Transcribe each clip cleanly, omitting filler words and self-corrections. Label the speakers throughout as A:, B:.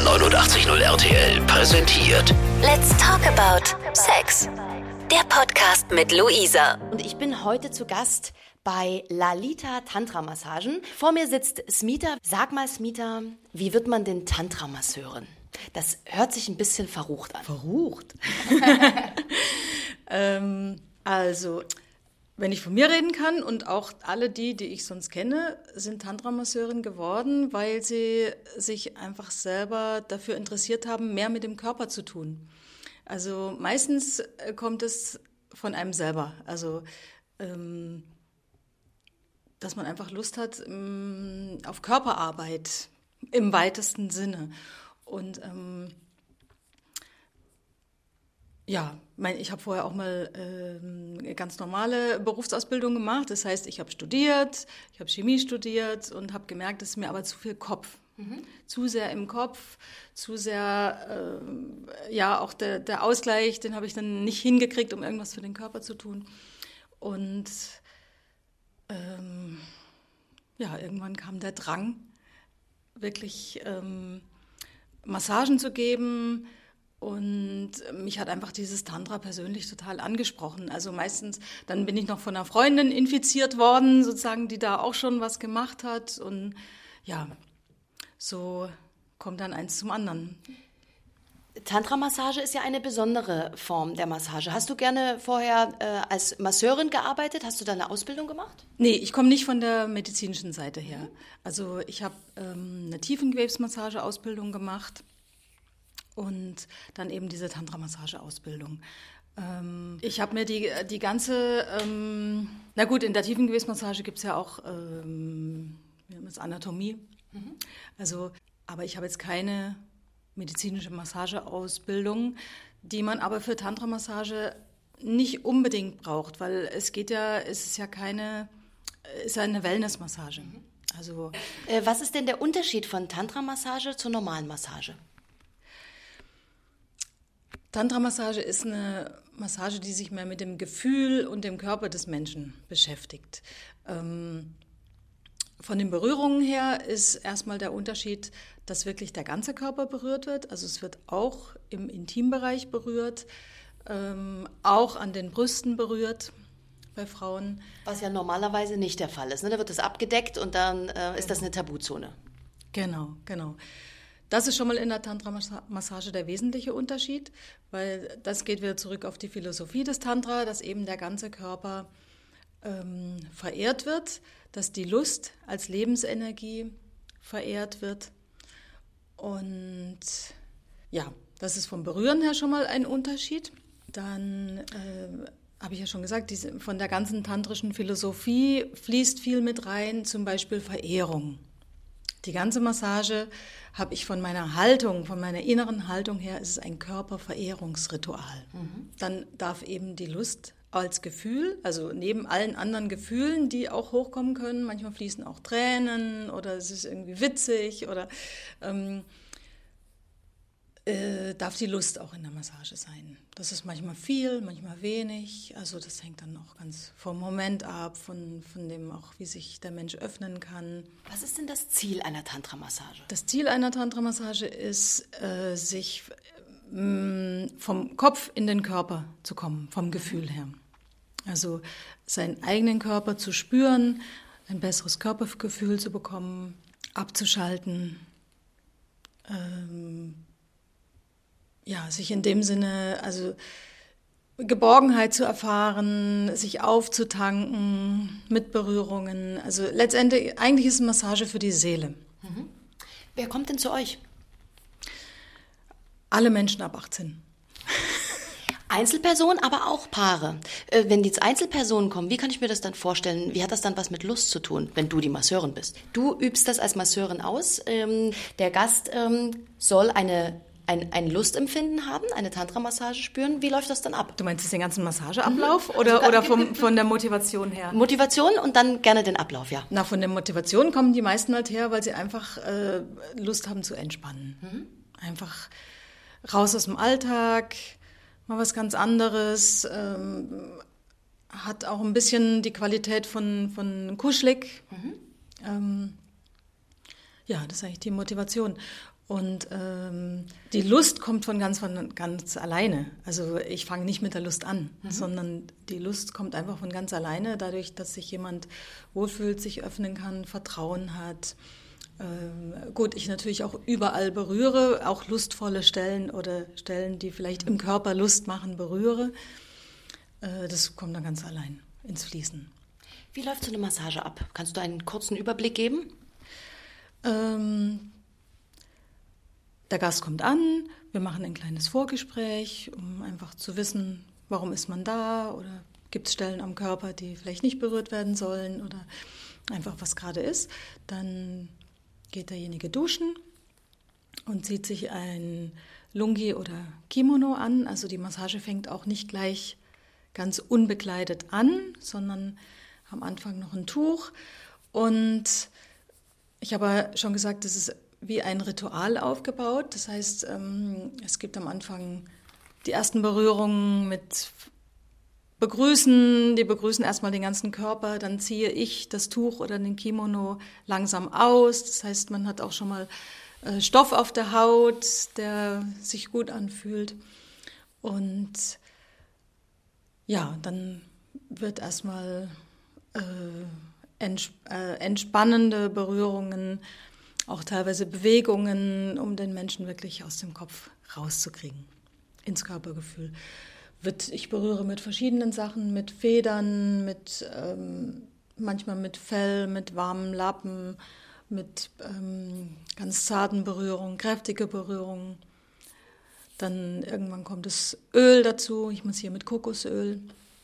A: 89.0 RTL präsentiert
B: Let's Talk About Sex. Der Podcast mit Luisa.
C: Und ich bin heute zu Gast bei Lalita Tantra Massagen. Vor mir sitzt Smita. Sag mal, Smita, wie wird man denn Tantra-Masseurin? Das hört sich ein bisschen verrucht an.
D: Verrucht? Also, wenn ich von mir reden kann und auch alle die ich sonst kenne, sind Tantra-Masseurin geworden, weil sie sich einfach selber dafür interessiert haben, mehr mit dem Körper zu tun. Also meistens kommt es von einem selber. Also, dass man einfach Lust hat auf Körperarbeit im weitesten Sinne. Und ich habe vorher auch mal eine ganz normale Berufsausbildung gemacht. Das heißt, ich habe studiert, ich habe Chemie studiert und habe gemerkt, es ist mir aber zu viel Kopf. Zu sehr im Kopf, zu sehr, auch der Ausgleich, den habe ich dann nicht hingekriegt, um irgendwas für den Körper zu tun. Und irgendwann kam der Drang, wirklich Massagen zu geben. Und mich hat einfach dieses Tantra persönlich total angesprochen. Also meistens, dann bin ich noch von einer Freundin infiziert worden, sozusagen, die da auch schon was gemacht hat. Und ja, so kommt dann eins zum anderen.
C: Tantra-Massage ist ja eine besondere Form der Massage. Hast du gerne vorher als Masseurin gearbeitet? Hast du da eine Ausbildung gemacht?
D: Nee, ich komme nicht von der medizinischen Seite her. Also ich habe eine Tiefengewebsmassage-Ausbildung gemacht. Und dann eben diese Tantra-Massage-Ausbildung. Ich habe mir die ganze, in der Tiefengewebsmassage gibt es ja auch Anatomie. Also, aber ich habe jetzt keine medizinische Massageausbildung, die man aber für Tantra-Massage nicht unbedingt braucht, weil es ist ja eine Wellness-Massage. Also,
C: was ist denn der Unterschied von Tantra-Massage zur normalen Massage?
D: Tantra-Massage ist eine Massage, die sich mehr mit dem Gefühl und dem Körper des Menschen beschäftigt. Von den Berührungen her ist erstmal der Unterschied, dass wirklich der ganze Körper berührt wird. Also es wird auch im Intimbereich berührt, auch an den Brüsten berührt bei Frauen.
C: Was ja normalerweise nicht der Fall ist. Ne? Da wird das abgedeckt und dann ist das eine Tabuzone.
D: Genau. Das ist schon mal in der Tantra-Massage der wesentliche Unterschied, weil das geht wieder zurück auf die Philosophie des Tantra, dass eben der ganze Körper verehrt wird, dass die Lust als Lebensenergie verehrt wird. Und ja, das ist vom Berühren her schon mal ein Unterschied. Dann habe ich ja schon gesagt, von der ganzen tantrischen Philosophie fließt viel mit rein, zum Beispiel Verehrung. Die ganze Massage habe ich von meiner inneren Haltung her, ist es ein Körperverehrungsritual. Dann darf eben die Lust als Gefühl, also neben allen anderen Gefühlen, die auch hochkommen können, manchmal fließen auch Tränen oder es ist irgendwie witzig oder darf die Lust auch in der Massage sein. Das ist manchmal viel, manchmal wenig. Also das hängt dann auch ganz vom Moment ab, von dem auch, wie sich der Mensch öffnen kann.
C: Was ist denn das Ziel einer Tantra-Massage?
D: Das Ziel einer Tantra-Massage ist, sich vom Kopf in den Körper zu kommen, vom Gefühl her. Also seinen eigenen Körper zu spüren, ein besseres Körpergefühl zu bekommen, abzuschalten, sich in dem Sinne, also Geborgenheit zu erfahren, sich aufzutanken mit Berührungen. Also letztendlich, eigentlich ist es Massage für die Seele.
C: Wer kommt denn zu euch?
D: Alle Menschen ab 18.
C: Einzelpersonen, aber auch Paare. Wenn jetzt Einzelpersonen kommen, wie kann ich mir das dann vorstellen? Wie hat das dann was mit Lust zu tun, wenn du die Masseurin bist? Du übst das als Masseurin aus. Der Gast soll ein Lustempfinden haben, eine Tantra-Massage spüren. Wie läuft das dann ab?
D: Du meinst jetzt den ganzen Massageablauf oder von der Motivation her?
C: Motivation und dann gerne den Ablauf, ja.
D: Na, von der Motivation kommen die meisten halt her, weil sie einfach Lust haben zu entspannen. Einfach raus aus dem Alltag, mal was ganz anderes. Hat auch ein bisschen die Qualität von kuschelig. Das ist eigentlich die Motivation. Und die Lust kommt von ganz alleine. Also ich fange nicht mit der Lust an, sondern die Lust kommt einfach von ganz alleine, dadurch, dass sich jemand wohlfühlt, sich öffnen kann, Vertrauen hat. Gut, ich natürlich auch überall berühre, auch lustvolle Stellen oder Stellen, die vielleicht im Körper Lust machen, berühre. Das kommt dann ganz allein ins Fließen.
C: Wie läuft so eine Massage ab? Kannst du einen kurzen Überblick geben?
D: Der Gast kommt an, wir machen ein kleines Vorgespräch, um einfach zu wissen, warum ist man da oder gibt es Stellen am Körper, die vielleicht nicht berührt werden sollen oder einfach was gerade ist. Dann geht derjenige duschen und zieht sich ein Lungi oder Kimono an. Also die Massage fängt auch nicht gleich ganz unbekleidet an, sondern am Anfang noch ein Tuch. Und ich habe schon gesagt, das ist wie ein Ritual aufgebaut. Das heißt, es gibt am Anfang die ersten Berührungen mit Begrüßen. Die begrüßen erstmal den ganzen Körper. Dann ziehe ich das Tuch oder den Kimono langsam aus. Das heißt, man hat auch schon mal Stoff auf der Haut, der sich gut anfühlt. Und ja, dann wird erstmal entspannende Berührungen, auch teilweise Bewegungen, um den Menschen wirklich aus dem Kopf rauszukriegen, ins Körpergefühl. Ich berühre mit verschiedenen Sachen, mit Federn, manchmal mit Fell, mit warmen Lappen, mit ganz zarten Berührungen, kräftige Berührungen. Dann irgendwann kommt das Öl dazu, ich massiere mit Kokosöl.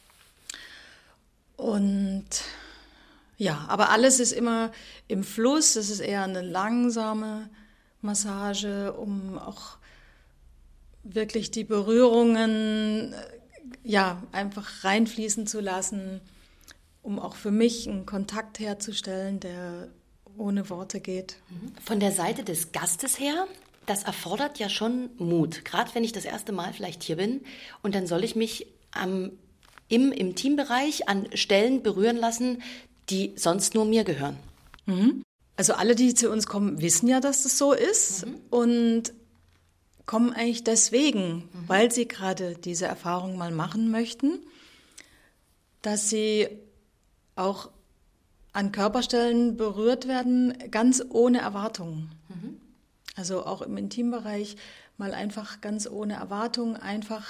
D: Und ja, aber alles ist immer im Fluss, es ist eher eine langsame Massage, um auch wirklich die Berührungen einfach reinfließen zu lassen, um auch für mich einen Kontakt herzustellen, der ohne Worte geht.
C: Von der Seite des Gastes her, das erfordert ja schon Mut, gerade wenn ich das erste Mal vielleicht hier bin und dann soll ich mich im Intimbereich an Stellen berühren lassen, die sonst nur mir gehören.
D: Also alle, die zu uns kommen, wissen ja, dass das so ist und kommen eigentlich deswegen, weil sie gerade diese Erfahrung mal machen möchten, dass sie auch an Körperstellen berührt werden, ganz ohne Erwartungen. Also auch im Intimbereich mal einfach ganz ohne Erwartung, einfach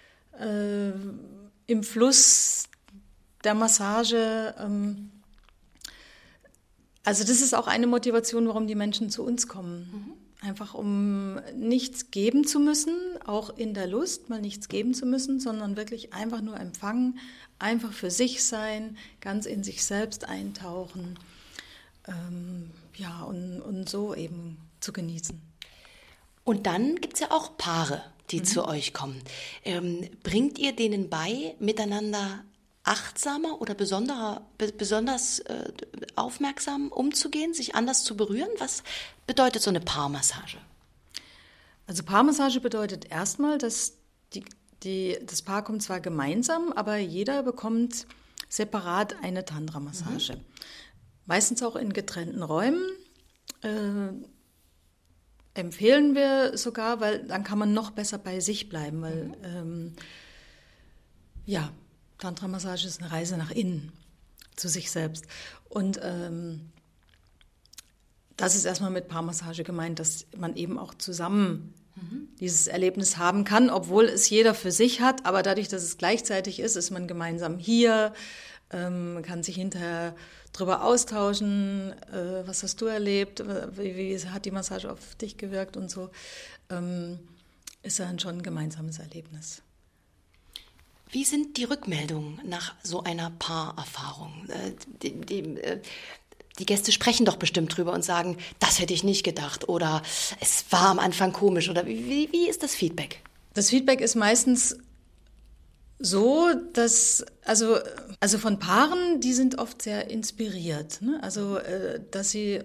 D: im Fluss der Massage. Also das ist auch eine Motivation, warum die Menschen zu uns kommen. Einfach um nichts geben zu müssen, auch in der Lust mal nichts geben zu müssen, sondern wirklich einfach nur empfangen, einfach für sich sein, ganz in sich selbst eintauchen, und so eben zu genießen.
C: Und dann gibt es ja auch Paare, die zu euch kommen. Bringt ihr denen bei, miteinander achtsamer oder besonders aufmerksam umzugehen, sich anders zu berühren? Was bedeutet so eine Paarmassage?
D: Also Paarmassage bedeutet erstmal, dass das Paar kommt zwar gemeinsam, aber jeder bekommt separat eine Tantra-Massage. Meistens auch in getrennten Räumen. Empfehlen wir sogar, weil dann kann man noch besser bei sich bleiben, weil Tantra-Massage ist eine Reise nach innen, zu sich selbst. Und das ist erstmal mit Paarmassage gemeint, dass man eben auch zusammen dieses Erlebnis haben kann, obwohl es jeder für sich hat. Aber dadurch, dass es gleichzeitig ist man gemeinsam hier, kann sich hinterher drüber austauschen, was hast du erlebt, wie hat die Massage auf dich gewirkt und so. Ist dann schon ein gemeinsames Erlebnis.
C: Wie sind die Rückmeldungen nach so einer Paarerfahrung? Die Gäste sprechen doch bestimmt drüber und sagen, das hätte ich nicht gedacht oder es war am Anfang komisch oder wie ist das Feedback?
D: Das Feedback ist meistens so, dass, also von Paaren, die sind oft sehr inspiriert, ne? Also, dass sie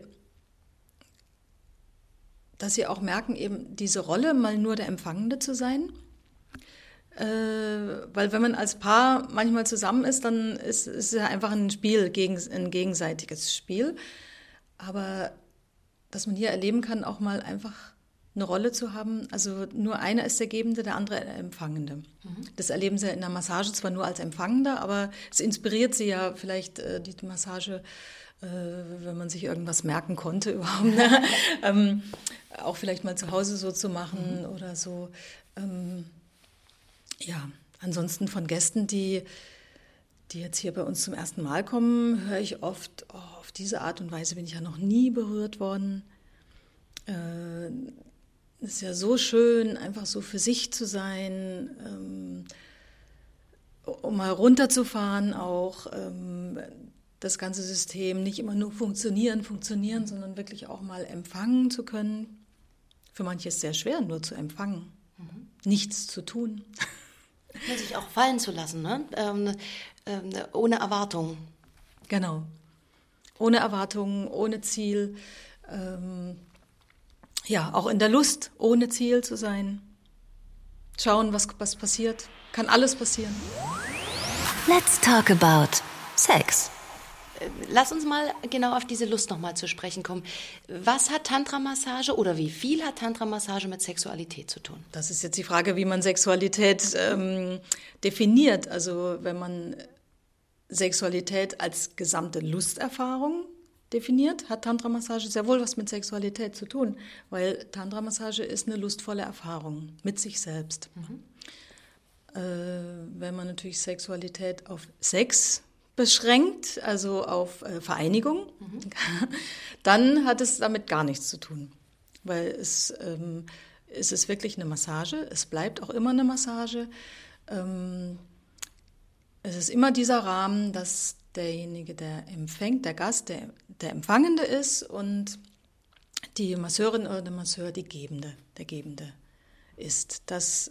D: auch merken, eben diese Rolle, mal nur der Empfangende zu sein. Weil wenn man als Paar manchmal zusammen ist, dann ist es ja einfach ein Spiel, ein gegenseitiges Spiel. Aber dass man hier erleben kann, auch mal einfach eine Rolle zu haben. Also nur einer ist der Gebende, der andere der Empfangende. Das erleben sie in der Massage zwar nur als Empfangender, aber es inspiriert sie ja vielleicht die Massage, wenn man sich irgendwas merken konnte überhaupt. Ne? Auch vielleicht mal zu Hause so zu machen oder so. Ja, ansonsten von Gästen, die jetzt hier bei uns zum ersten Mal kommen, höre ich oft, oh, auf diese Art und Weise bin ich ja noch nie berührt worden. Es ist ja so schön, einfach so für sich zu sein, um mal runterzufahren auch, das ganze System, nicht immer nur funktionieren, sondern wirklich auch mal empfangen zu können. Für manche ist es sehr schwer, nur zu empfangen, nichts zu tun.
C: Ja, sich auch fallen zu lassen, ne? Ohne Erwartung.
D: Genau. Ohne Erwartungen, ohne Ziel. Ja, auch in der Lust, ohne Ziel zu sein. Schauen, was passiert. Kann alles passieren.
B: Let's talk about Sex.
C: Lass uns mal genau auf diese Lust nochmal zu sprechen kommen. Was hat Tantra-Massage oder wie viel hat Tantra-Massage mit Sexualität zu tun?
D: Das ist jetzt die Frage, wie man Sexualität definiert. Also wenn man Sexualität als gesamte Lusterfahrung definiert, hat Tantra-Massage sehr wohl was mit Sexualität zu tun, weil Tantra-Massage ist eine lustvolle Erfahrung mit sich selbst. Wenn man natürlich Sexualität auf Sex beschränkt, also auf Vereinigung, dann hat es damit gar nichts zu tun, weil es ist wirklich eine Massage, es bleibt auch immer eine Massage. Es ist immer dieser Rahmen, dass derjenige, der empfängt, der Gast, der Empfangende ist und die Masseurin oder der Masseur der Gebende ist.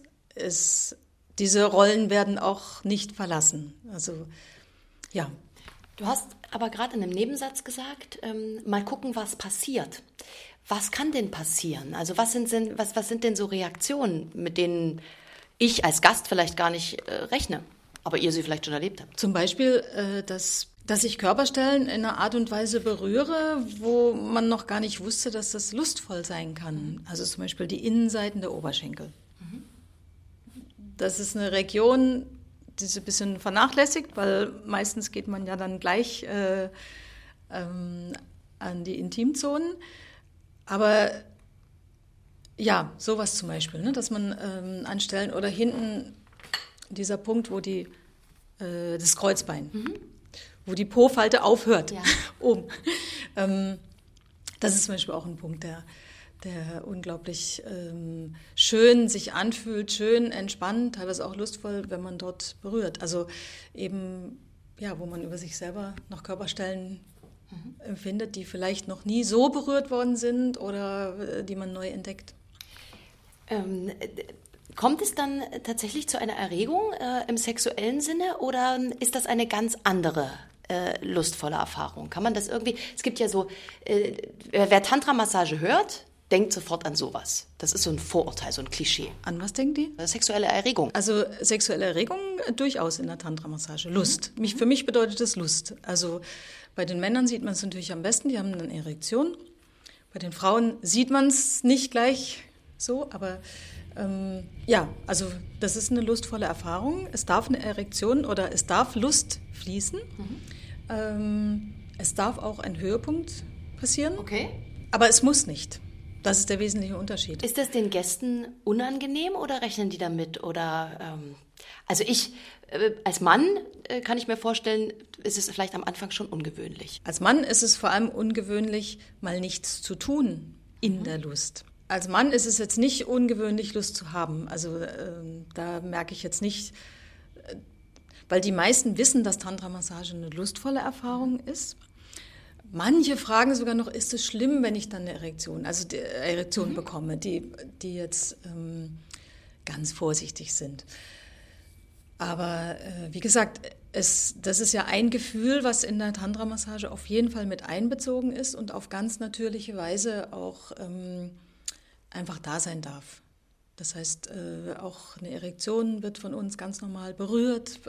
D: Diese Rollen werden auch nicht verlassen. Also, ja.
C: Du hast aber gerade in einem Nebensatz gesagt, mal gucken, was passiert. Was kann denn passieren? Also was sind denn so Reaktionen, mit denen ich als Gast vielleicht gar nicht rechne, aber ihr sie vielleicht schon erlebt habt?
D: Zum Beispiel, dass ich Körperstellen in einer Art und Weise berühre, wo man noch gar nicht wusste, dass das lustvoll sein kann. Also zum Beispiel die Innenseiten der Oberschenkel. Das ist eine Region, die ist ein bisschen vernachlässigt, weil meistens geht man ja dann gleich an die Intimzonen. Aber ja, sowas zum Beispiel, ne, dass man anstellen oder hinten dieser Punkt, wo das Kreuzbein, wo die Po-Falte aufhört, oben. Das ist zum Beispiel auch ein Punkt, der unglaublich schön sich anfühlt, schön entspannt, teilweise auch lustvoll, wenn man dort berührt. Also eben, ja, wo man über sich selber noch Körperstellen empfindet, die vielleicht noch nie so berührt worden sind oder die man neu entdeckt.
C: Kommt es dann tatsächlich zu einer Erregung im sexuellen Sinne oder ist das eine ganz andere lustvolle Erfahrung? Kann man das irgendwie, es gibt ja so, wer Tantra-Massage hört, denkt sofort an sowas. Das ist so ein Vorurteil, so ein Klischee.
D: An was denken die?
C: Sexuelle Erregung.
D: Also sexuelle Erregung durchaus in der Tantra-Massage. Lust. Für mich bedeutet es Lust. Also bei den Männern sieht man es natürlich am besten, die haben eine Erektion. Bei den Frauen sieht man es nicht gleich so, aber ja, also das ist eine lustvolle Erfahrung. Es darf eine Erektion oder es darf Lust fließen. Es darf auch ein Höhepunkt passieren.
C: Okay.
D: Aber es muss nicht. Das ist der wesentliche Unterschied.
C: Ist das den Gästen unangenehm oder rechnen die damit? Oder also ich als Mann kann ich mir vorstellen, ist es vielleicht am Anfang schon ungewöhnlich.
D: Als Mann ist es vor allem ungewöhnlich, mal nichts zu tun in der Lust. Als Mann ist es jetzt nicht ungewöhnlich, Lust zu haben. Also da merke ich jetzt nicht, weil die meisten wissen, dass Tantra-Massage eine lustvolle Erfahrung ist. Manche fragen sogar noch, ist es schlimm, wenn ich dann eine Erektion bekomme, die jetzt ganz vorsichtig sind. Aber wie gesagt, das ist ja ein Gefühl, was in der Tantra-Massage auf jeden Fall mit einbezogen ist und auf ganz natürliche Weise auch einfach da sein darf. Das heißt, auch eine Erektion wird von uns ganz normal berührt.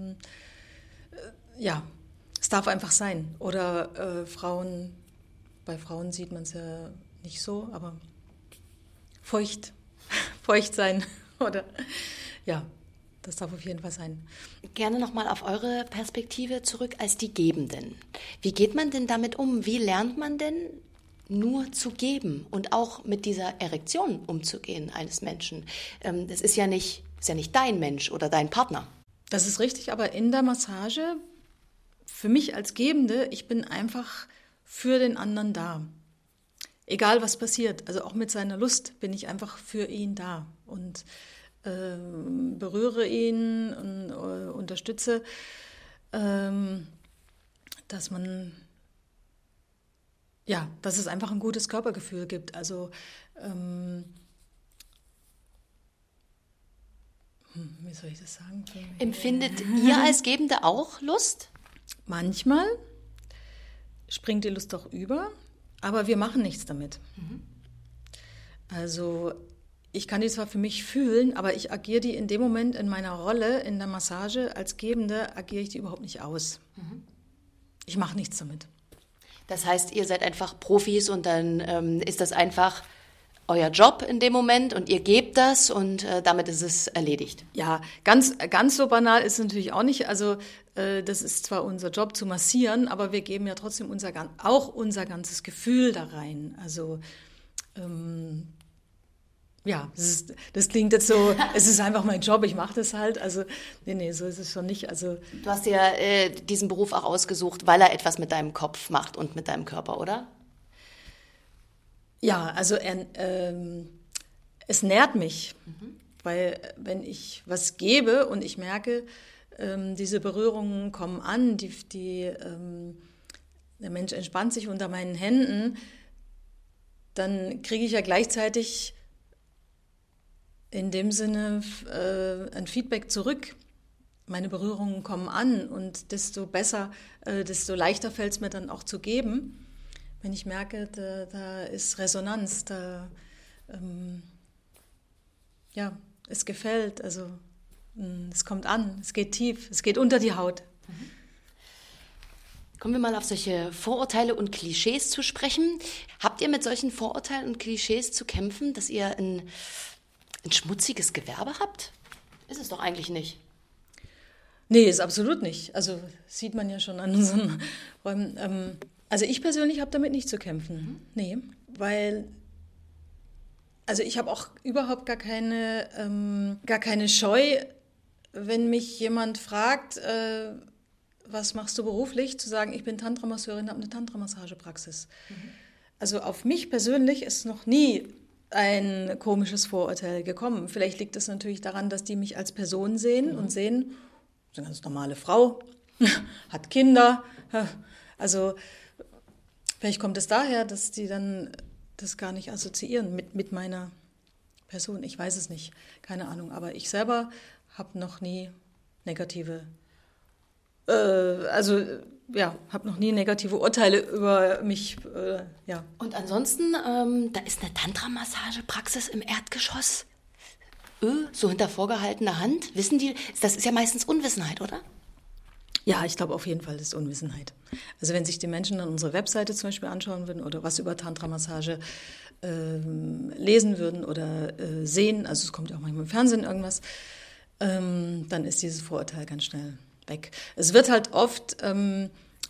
D: Ja, es darf einfach sein. Oder bei Frauen sieht man es ja nicht so, aber feucht sein. Oder ja, das darf auf jeden Fall sein.
C: Gerne nochmal auf eure Perspektive zurück als die Gebenden. Wie geht man denn damit um? Wie lernt man denn nur zu geben und auch mit dieser Erektion umzugehen eines Menschen? Das ist ja nicht dein Mensch oder dein Partner.
D: Das ist richtig, aber in der Massage, für mich als Gebende, ich bin einfach für den anderen da. Egal was passiert, also auch mit seiner Lust bin ich einfach für ihn da und berühre ihn und unterstütze, dass es einfach ein gutes Körpergefühl gibt. Also wie soll ich das sagen?
C: Empfindet ihr als Gebende auch Lust?
D: Manchmal springt die Lust auch über, aber wir machen nichts damit. Also ich kann die zwar für mich fühlen, aber ich agiere die in dem Moment in meiner Rolle, in der Massage als Gebende, agiere ich die überhaupt nicht aus. Ich mache nichts damit.
C: Das heißt, ihr seid einfach Profis und dann ist das einfach euer Job in dem Moment und ihr gebt das und damit ist es erledigt.
D: Ja, ganz so banal ist es natürlich auch nicht. Also das ist zwar unser Job zu massieren, aber wir geben ja trotzdem unser ganzes Gefühl da rein. Also das klingt jetzt so, es ist einfach mein Job, ich mache das halt. Also nee, so ist es schon nicht. Also
C: du hast dir diesen Beruf auch ausgesucht, weil er etwas mit deinem Kopf macht und mit deinem Körper, oder?
D: Ja, also es nährt mich, weil wenn ich was gebe und ich merke, diese Berührungen kommen an, der Mensch entspannt sich unter meinen Händen, dann kriege ich ja gleichzeitig in dem Sinne ein Feedback zurück. Meine Berührungen kommen an und desto leichter fällt es mir dann auch zu geben, wenn ich merke, da ist Resonanz, es gefällt, also es kommt an, es geht tief, es geht unter die Haut.
C: Kommen wir mal auf solche Vorurteile und Klischees zu sprechen. Habt ihr mit solchen Vorurteilen und Klischees zu kämpfen, dass ihr ein schmutziges Gewerbe habt? Ist es doch eigentlich nicht.
D: Nee, ist absolut nicht. Also sieht man ja schon an unseren Räumen. Also ich persönlich habe damit nicht zu kämpfen. Nee, weil also ich habe auch überhaupt gar keine Scheu, wenn mich jemand fragt, was machst du beruflich, zu sagen, ich bin Tantra-Masseurin, habe eine Tantra-Massagepraxis. Also auf mich persönlich ist noch nie ein komisches Vorurteil gekommen. Vielleicht liegt es natürlich daran, dass die mich als Person sehen und sehen, ist eine ganz normale Frau, hat Kinder. Also vielleicht kommt es daher, dass die dann das gar nicht assoziieren mit meiner Person. Ich weiß es nicht, keine Ahnung. Aber ich selber habe noch nie negative Urteile über mich, ja.
C: Und ansonsten, da ist eine Tantra-Massagepraxis im Erdgeschoss. So hinter vorgehaltener Hand. Wissen die, das ist ja meistens Unwissenheit, oder?
D: Ja, ich glaube auf jeden Fall, das ist Unwissenheit. Also wenn sich die Menschen dann unsere Webseite zum Beispiel anschauen würden oder was über Tantra-Massage lesen würden oder sehen, also es kommt ja auch manchmal im Fernsehen irgendwas, dann ist dieses Vorurteil ganz schnell weg. Es wird halt oft in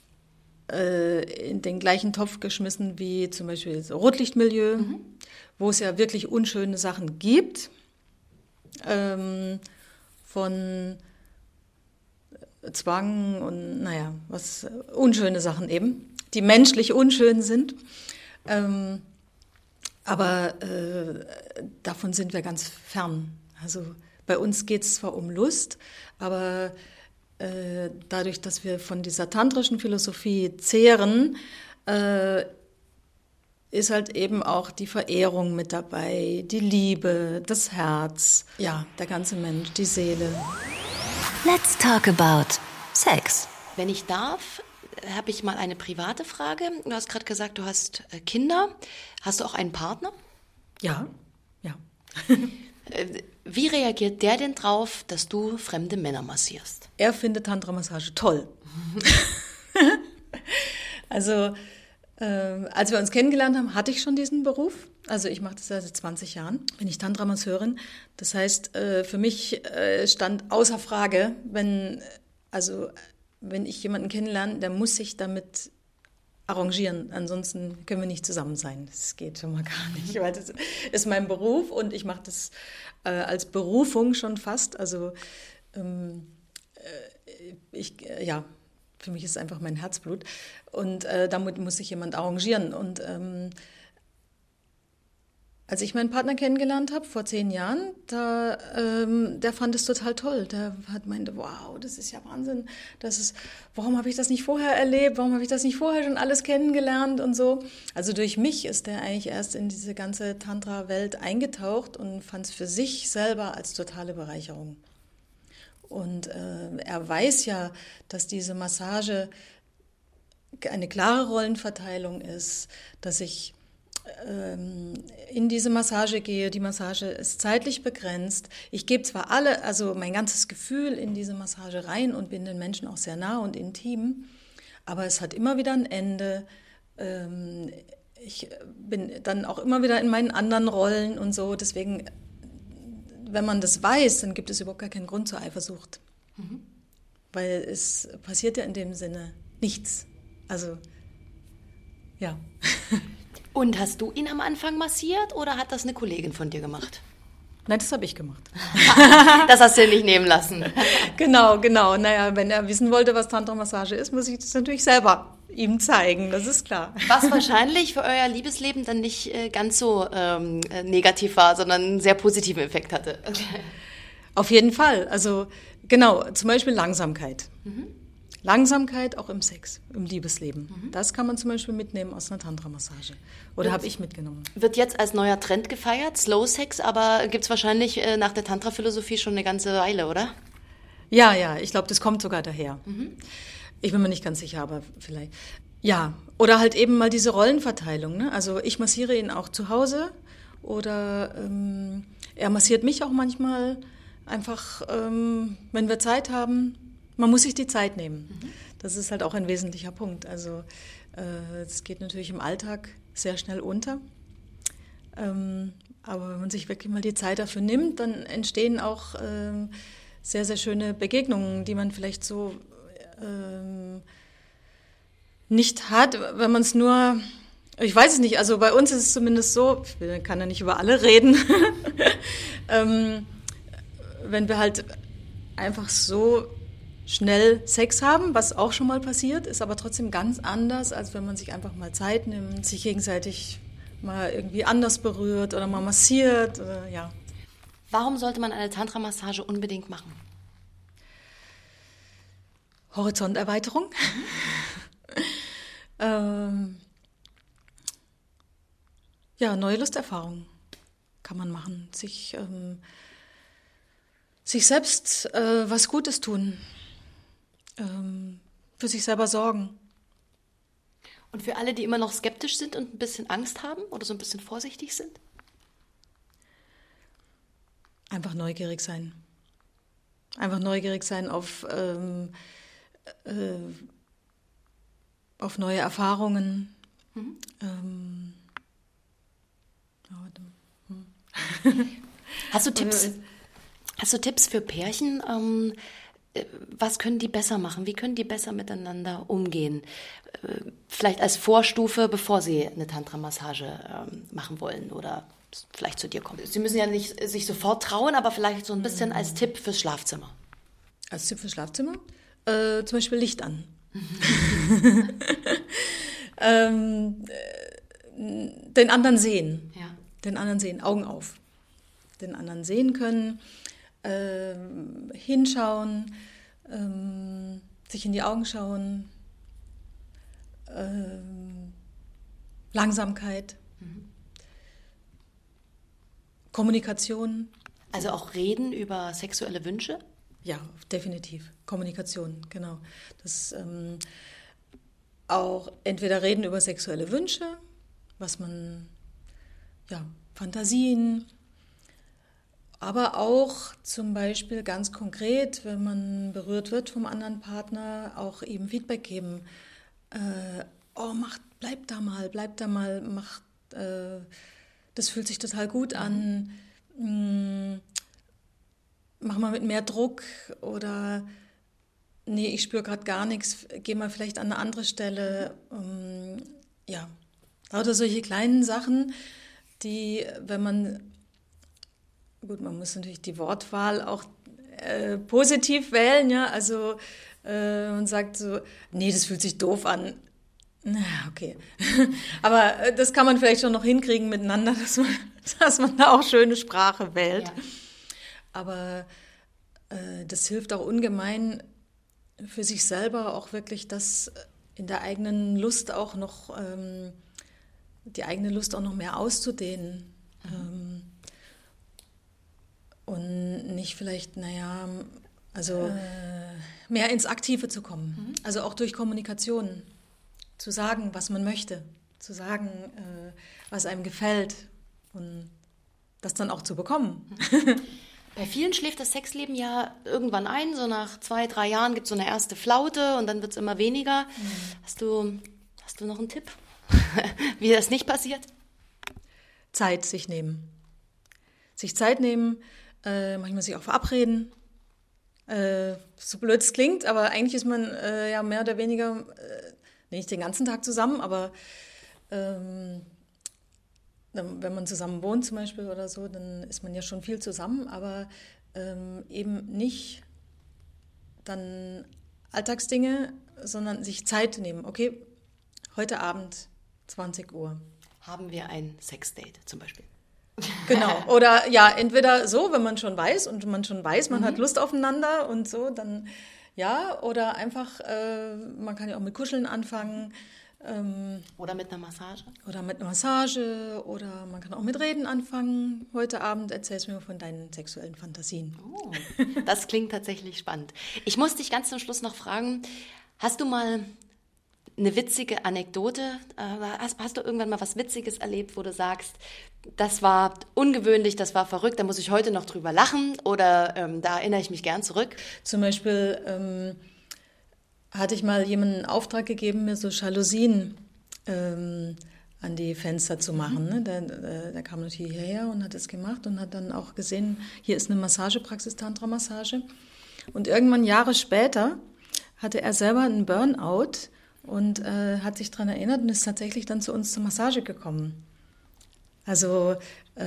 D: den gleichen Topf geschmissen wie zum Beispiel das Rotlichtmilieu, wo es ja wirklich unschöne Sachen gibt, von Zwang und was unschöne Sachen eben, die menschlich unschön sind. Aber davon sind wir ganz fern. Also bei uns geht es zwar um Lust, aber dadurch, dass wir von dieser tantrischen Philosophie zehren, ist halt eben auch die Verehrung mit dabei, die Liebe, das Herz, ja, der ganze Mensch, die Seele.
B: Let's talk about Sex.
C: Wenn ich darf, habe ich mal eine private Frage. Du hast gerade gesagt, du hast Kinder. Hast du auch einen Partner?
D: Ja.
C: Wie reagiert der denn drauf, dass du fremde Männer massierst?
D: Er findet Tantra-Massage toll. Also, als wir uns kennengelernt haben, hatte ich schon diesen Beruf. Also ich mache das seit 20 Jahren, bin ich Tantra-Masseurin. Das heißt, für mich stand außer Frage, wenn ich jemanden kennenlerne, der muss sich damit arrangieren. Ansonsten können wir nicht zusammen sein. Das geht schon mal gar nicht, weil das ist mein Beruf und ich mache das als Berufung schon fast. Also für mich ist es einfach mein Herzblut und damit muss sich jemand arrangieren. Und als ich meinen Partner kennengelernt habe, vor 10 Jahren, der fand es total toll. Der meinte, wow, das ist ja Wahnsinn. Warum habe ich das nicht vorher erlebt? Warum habe ich das nicht vorher schon alles kennengelernt und so? Also durch mich ist der eigentlich erst in diese ganze Tantra-Welt eingetaucht und fand es für sich selber als totale Bereicherung. Und er weiß ja, dass diese Massage eine klare Rollenverteilung ist, dass ich in diese Massage gehe. Die Massage ist zeitlich begrenzt. Ich gebe zwar mein ganzes Gefühl in diese Massage rein und bin den Menschen auch sehr nah und intim, aber es hat immer wieder ein Ende. Ich bin dann auch immer wieder in meinen anderen Rollen und so. Deswegen, wenn man das weiß, dann gibt es überhaupt gar keinen Grund zur Eifersucht. Weil es passiert ja in dem Sinne nichts. Also, ja.
C: Und hast du ihn am Anfang massiert oder hat das eine Kollegin von dir gemacht?
D: Nein, das habe ich gemacht.
C: Das hast du dir nicht nehmen lassen.
D: Genau. Naja, wenn er wissen wollte, was Tantra-Massage ist, muss ich das natürlich selber ihm zeigen, das ist klar.
C: Was wahrscheinlich für euer Liebesleben dann nicht ganz so negativ war, sondern einen sehr positiven Effekt hatte.
D: Auf jeden Fall. Also genau, zum Beispiel Langsamkeit. Langsamkeit auch im Sex, im Liebesleben. Das kann man zum Beispiel mitnehmen aus einer Tantra-Massage. Oder habe ich mitgenommen. Wird
C: jetzt als neuer Trend gefeiert, Slow Sex, aber gibt es wahrscheinlich nach der Tantra-Philosophie schon eine ganze Weile, oder?
D: Ja, ich glaube, das kommt sogar daher. Ich bin mir nicht ganz sicher, aber vielleicht. Ja, oder halt eben mal diese Rollenverteilung. Ne? Also ich massiere ihn auch zu Hause oder er massiert mich auch manchmal einfach, wenn wir Zeit haben. Man muss sich die Zeit nehmen. Das ist halt auch ein wesentlicher Punkt. Also es geht natürlich im Alltag sehr schnell unter. Aber wenn man sich wirklich mal die Zeit dafür nimmt, dann entstehen auch sehr, sehr schöne Begegnungen, die man vielleicht so nicht hat, wenn man es nur, ich weiß es nicht, also bei uns ist es zumindest so, ich kann ja nicht über alle reden, wenn wir halt einfach so schnell Sex haben, was auch schon mal passiert, ist aber trotzdem ganz anders, als wenn man sich einfach mal Zeit nimmt, sich gegenseitig mal irgendwie anders berührt oder mal massiert. Oder, ja.
C: Warum sollte man eine Tantra-Massage unbedingt machen?
D: Horizonterweiterung. Neue Lusterfahrungen kann man machen. Sich selbst was Gutes tun. Für sich selber sorgen.
C: Und für alle, die immer noch skeptisch sind und ein bisschen Angst haben oder so ein bisschen vorsichtig sind?
D: Einfach neugierig sein. Einfach neugierig sein auf neue Erfahrungen.
C: Hast du Tipps für Pärchen? Was können die besser machen? Wie können die besser miteinander umgehen? Vielleicht als Vorstufe, bevor sie eine Tantra-Massage machen wollen oder vielleicht zu dir kommen. Sie müssen ja nicht sich sofort trauen, aber vielleicht so ein bisschen als Tipp fürs Schlafzimmer.
D: Als Tipp fürs Schlafzimmer? Zum Beispiel Licht an. Den anderen sehen. Ja. Den anderen sehen, Augen auf. Den anderen sehen können, hinschauen, sich in die Augen schauen, Langsamkeit, Kommunikation.
C: Also auch reden über sexuelle Wünsche?
D: Ja, definitiv. Kommunikation, genau. Das auch entweder reden über sexuelle Wünsche, was man, Fantasien, aber auch zum Beispiel ganz konkret, wenn man berührt wird vom anderen Partner, auch eben Feedback geben. Bleib da mal, das fühlt sich total gut an, mach mal mit mehr Druck oder nee, ich spüre gerade gar nichts, geh mal vielleicht an eine andere Stelle. Ja, lauter solche kleinen Sachen, die, wenn man, gut, man muss natürlich die Wortwahl auch positiv wählen, ja, also man sagt so, nee, das fühlt sich doof an. Na, okay. Aber das kann man vielleicht schon noch hinkriegen miteinander, dass man da auch schöne Sprache wählt. Ja. Aber das hilft auch ungemein für sich selber auch wirklich, das in der eigenen Lust auch noch, die eigene Lust auch noch mehr auszudehnen. Und nicht vielleicht, mehr ins Aktive zu kommen. Also auch durch Kommunikation. Zu sagen, was man möchte. Zu sagen, was einem gefällt. Und das dann auch zu bekommen.
C: Bei vielen schläft das Sexleben ja irgendwann ein. So nach 2-3 Jahren gibt es so eine erste Flaute und dann wird es immer weniger. Hast du noch einen Tipp, wie das nicht passiert?
D: Zeit sich nehmen. Sich Zeit nehmen, manchmal sich auch verabreden. So blöd es klingt, aber eigentlich ist man mehr oder weniger nicht den ganzen Tag zusammen, aber wenn man zusammen wohnt zum Beispiel oder so, dann ist man ja schon viel zusammen, aber eben nicht dann Alltagsdinge, sondern sich Zeit nehmen. Okay, heute Abend 20 Uhr.
C: Haben wir ein Sexdate zum Beispiel?
D: Genau, oder ja, entweder so, wenn man schon weiß man hat Lust aufeinander und so, dann ja, oder einfach, man kann ja auch mit Kuscheln anfangen.
C: Oder mit einer Massage.
D: Oder man kann auch mit Reden anfangen. Heute Abend erzählst du mir von deinen sexuellen Fantasien.
C: Oh, das klingt tatsächlich spannend. Ich muss dich ganz zum Schluss noch fragen, hast du mal eine witzige Anekdote? Hast du irgendwann mal was Witziges erlebt, wo du sagst, das war ungewöhnlich, das war verrückt, da muss ich heute noch drüber lachen oder da erinnere ich mich gern zurück?
D: Zum Beispiel hatte ich mal jemandem einen Auftrag gegeben, mir so Jalousien an die Fenster zu machen. Ne? Der kam natürlich hierher und hat das gemacht und hat dann auch gesehen, hier ist eine Massagepraxis, Tantra-Massage. Und irgendwann Jahre später hatte er selber einen Burnout und hat sich daran erinnert und ist tatsächlich dann zu uns zur Massage gekommen. Also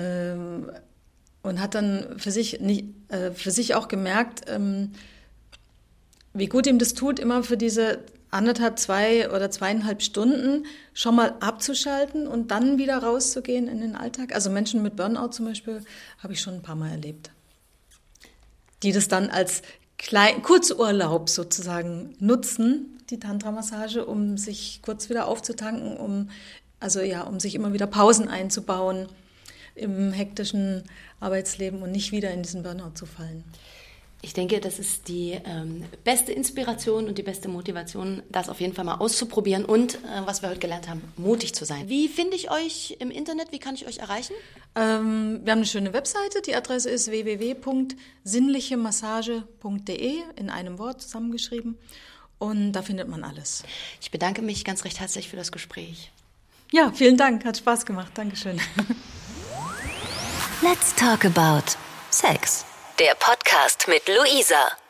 D: und hat dann für sich auch gemerkt, wie gut ihm das tut, immer für diese 1,5, 2 oder 2,5 Stunden schon mal abzuschalten und dann wieder rauszugehen in den Alltag. Also Menschen mit Burnout zum Beispiel habe ich schon ein paar Mal erlebt, die das dann als Kurzurlaub sozusagen nutzen, die Tantra-Massage, um sich kurz wieder aufzutanken, um sich immer wieder Pausen einzubauen im hektischen Arbeitsleben und nicht wieder in diesen Burnout zu fallen.
C: Ich denke, das ist die beste Inspiration und die beste Motivation, das auf jeden Fall mal auszuprobieren und, was wir heute gelernt haben, mutig zu sein. Wie finde ich euch im Internet? Wie kann ich euch erreichen?
D: Wir haben eine schöne Webseite. Die Adresse ist www.sinnlichemassage.de, in einem Wort zusammengeschrieben. Und da findet man alles.
C: Ich bedanke mich ganz recht herzlich für das Gespräch.
D: Ja, vielen Dank. Hat Spaß gemacht. Dankeschön.
B: Let's talk about Sex. Der Podcast mit Luisa.